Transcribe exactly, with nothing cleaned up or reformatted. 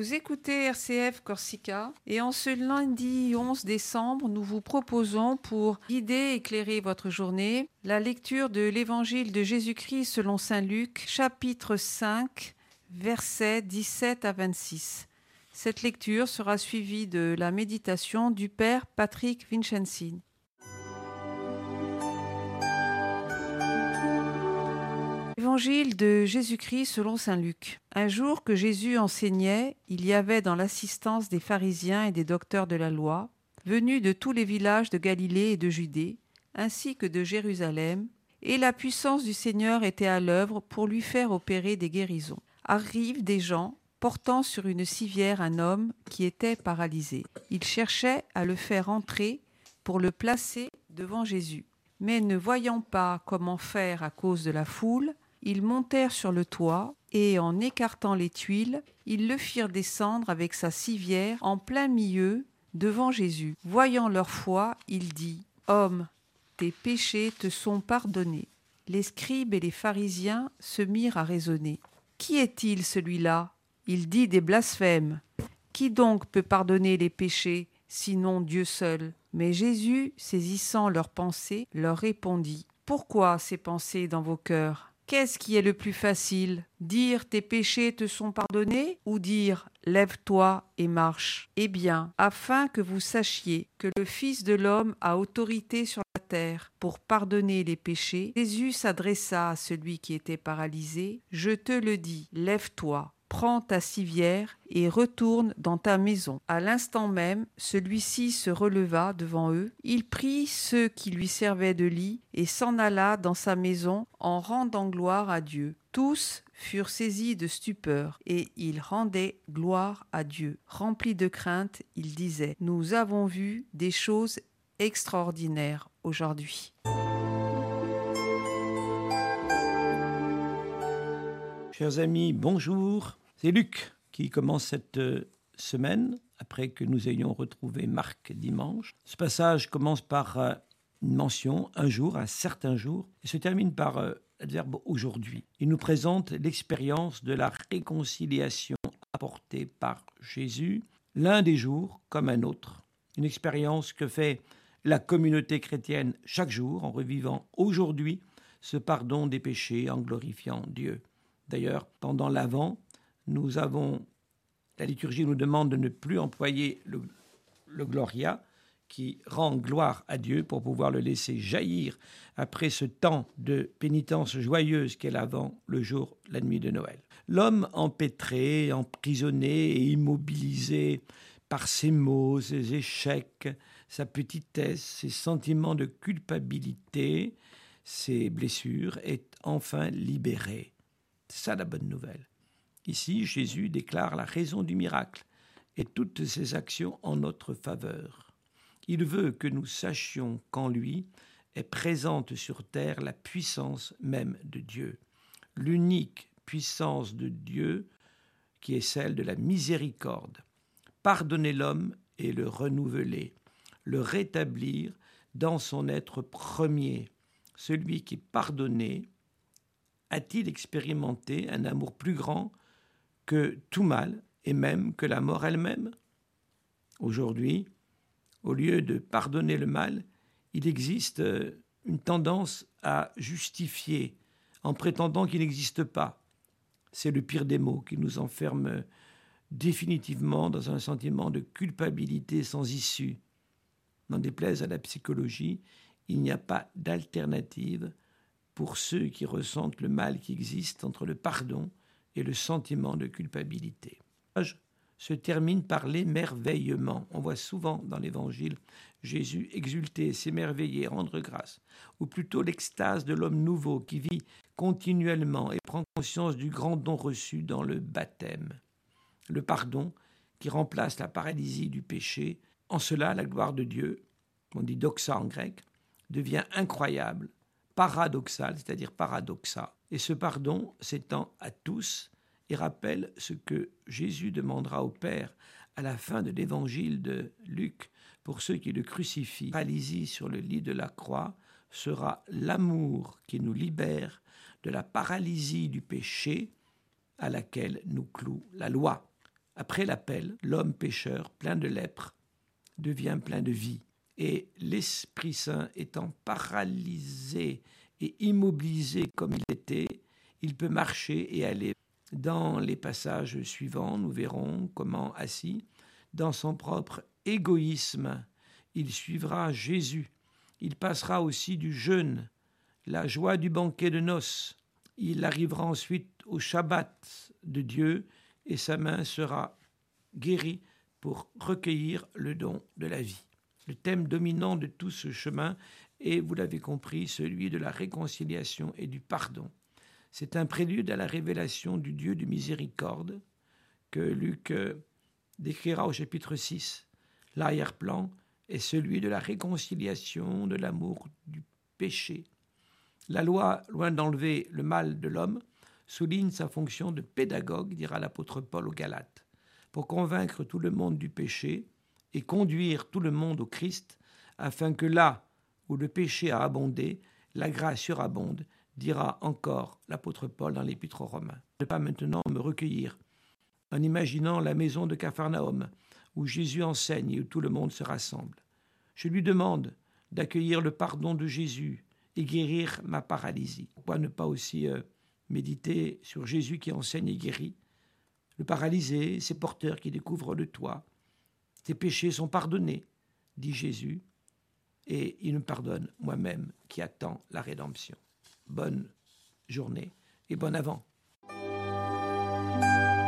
Vous écoutez R C F Corsica et en ce lundi onze décembre, nous vous proposons pour guider et éclairer votre journée la lecture de l'Évangile de Jésus-Christ selon saint Luc, chapitre cinq, versets dix-sept à vingt-six. Cette lecture sera suivie de la méditation du Père Patrick Vincenzi. Évangile de Jésus-Christ selon saint Luc. Un jour que Jésus enseignait, il y avait dans l'assistance des pharisiens et des docteurs de la loi, venus de tous les villages de Galilée et de Judée, ainsi que de Jérusalem, et la puissance du Seigneur était à l'œuvre pour lui faire opérer des guérisons. Arrivent des gens portant sur une civière un homme qui était paralysé. Ils cherchaient à le faire entrer pour le placer devant Jésus. Mais ne voyant pas comment faire à cause de la foule, ils montèrent sur le toit et, en écartant les tuiles, ils le firent descendre avec sa civière en plein milieu devant Jésus. Voyant leur foi, il dit : « Homme, tes péchés te sont pardonnés. » Les scribes et les pharisiens se mirent à raisonner. « Qui est-il celui-là ? Il dit des blasphèmes. Qui donc peut pardonner les péchés, sinon Dieu seul ? » Mais Jésus, saisissant leurs pensées, leur répondit : « Pourquoi ces pensées dans vos cœurs ? Qu'est-ce qui est le plus facile ? Dire tes péchés te sont pardonnés ou dire lève-toi et marche ? Eh bien, afin que vous sachiez que le Fils de l'homme a autorité sur la terre pour pardonner les péchés, Jésus s'adressa à celui qui était paralysé : Je te le dis, lève-toi. Prends ta civière et retourne dans ta maison. À l'instant même, celui-ci se releva devant eux. Il prit ceux qui lui servaient de lit et s'en alla dans sa maison en rendant gloire à Dieu. Tous furent saisis de stupeur et ils rendaient gloire à Dieu. Remplis de crainte, ils disaient : Nous avons vu des choses extraordinaires aujourd'hui. Chers amis, bonjour. C'est Luc qui commence cette semaine, après que nous ayons retrouvé Marc dimanche. Ce passage commence par une mention, un jour, un certain jour, et se termine par l'adverbe aujourd'hui. Il nous présente l'expérience de la réconciliation apportée par Jésus, l'un des jours comme un autre. Une expérience que fait la communauté chrétienne chaque jour en revivant aujourd'hui ce pardon des péchés en glorifiant Dieu. D'ailleurs, pendant l'Avent, nous avons, la liturgie nous demande de ne plus employer le, le Gloria, qui rend gloire à Dieu pour pouvoir le laisser jaillir après ce temps de pénitence joyeuse qu'est l'Avent, le jour, la nuit de Noël. L'homme empêtré, emprisonné et immobilisé par ses maux, ses échecs, sa petitesse, ses sentiments de culpabilité, ses blessures, est enfin libéré. C'est ça la bonne nouvelle. Ici, Jésus déclare la raison du miracle et toutes ses actions en notre faveur. Il veut que nous sachions qu'en lui est présente sur terre la puissance même de Dieu, l'unique puissance de Dieu qui est celle de la miséricorde. Pardonner l'homme et le renouveler, le rétablir dans son être premier. Celui qui est pardonné a-t-il expérimenté un amour plus grand que tout mal et même que la mort elle-même ? Aujourd'hui, au lieu de pardonner le mal, il existe une tendance à justifier en prétendant qu'il n'existe pas. C'est le pire des maux qui nous enferme définitivement dans un sentiment de culpabilité sans issue. N'en déplaise à la psychologie, il n'y a pas d'alternative pour ceux qui ressentent le mal qui existe entre le pardon et le sentiment de culpabilité. Se termine par l'émerveillement. On voit souvent dans l'Évangile Jésus exulter, s'émerveiller, rendre grâce, ou plutôt l'extase de l'homme nouveau qui vit continuellement et prend conscience du grand don reçu dans le baptême. Le pardon qui remplace la paralysie du péché. En cela, la gloire de Dieu, on dit doxa en grec, devient incroyable, paradoxal, c'est-à-dire paradoxa. Et ce pardon s'étend à tous et rappelle ce que Jésus demandera au Père à la fin de l'évangile de Luc pour ceux qui le crucifient. Paralysie sur le lit de la croix sera l'amour qui nous libère de la paralysie du péché à laquelle nous cloue la loi. Après l'appel, l'homme pécheur, plein de lèpre, devient plein de vie. Et l'Esprit Saint étant paralysé et immobilisé comme il était, il peut marcher et aller. Dans les passages suivants, nous verrons comment, assis, dans son propre égoïsme, il suivra Jésus. Il passera aussi du jeûne, la joie du banquet de noces. Il arrivera ensuite au Shabbat de Dieu et sa main sera guérie pour recueillir le don de la vie. Le thème dominant de tout ce chemin est, vous l'avez compris, celui de la réconciliation et du pardon. C'est un prélude à la révélation du Dieu de miséricorde que Luc décrira au chapitre six. L'arrière-plan est celui de la réconciliation, de l'amour, du péché. La loi, loin d'enlever le mal de l'homme, souligne sa fonction de pédagogue, dira l'apôtre Paul aux Galates, pour convaincre tout le monde du péché et conduire tout le monde au Christ, afin que là où le péché a abondé, la grâce surabonde, dira encore l'apôtre Paul dans l'épître aux Romains. Ne pas maintenant me recueillir en imaginant la maison de Capharnaüm, où Jésus enseigne et où tout le monde se rassemble. Je lui demande d'accueillir le pardon de Jésus et guérir ma paralysie. Pourquoi ne pas aussi euh, méditer sur Jésus qui enseigne et guérit? Le paralysé, ses porteurs qui découvrent le toit. Tes péchés sont pardonnés, dit Jésus, et il me pardonne moi-même qui attends la rédemption. Bonne journée et bon avant.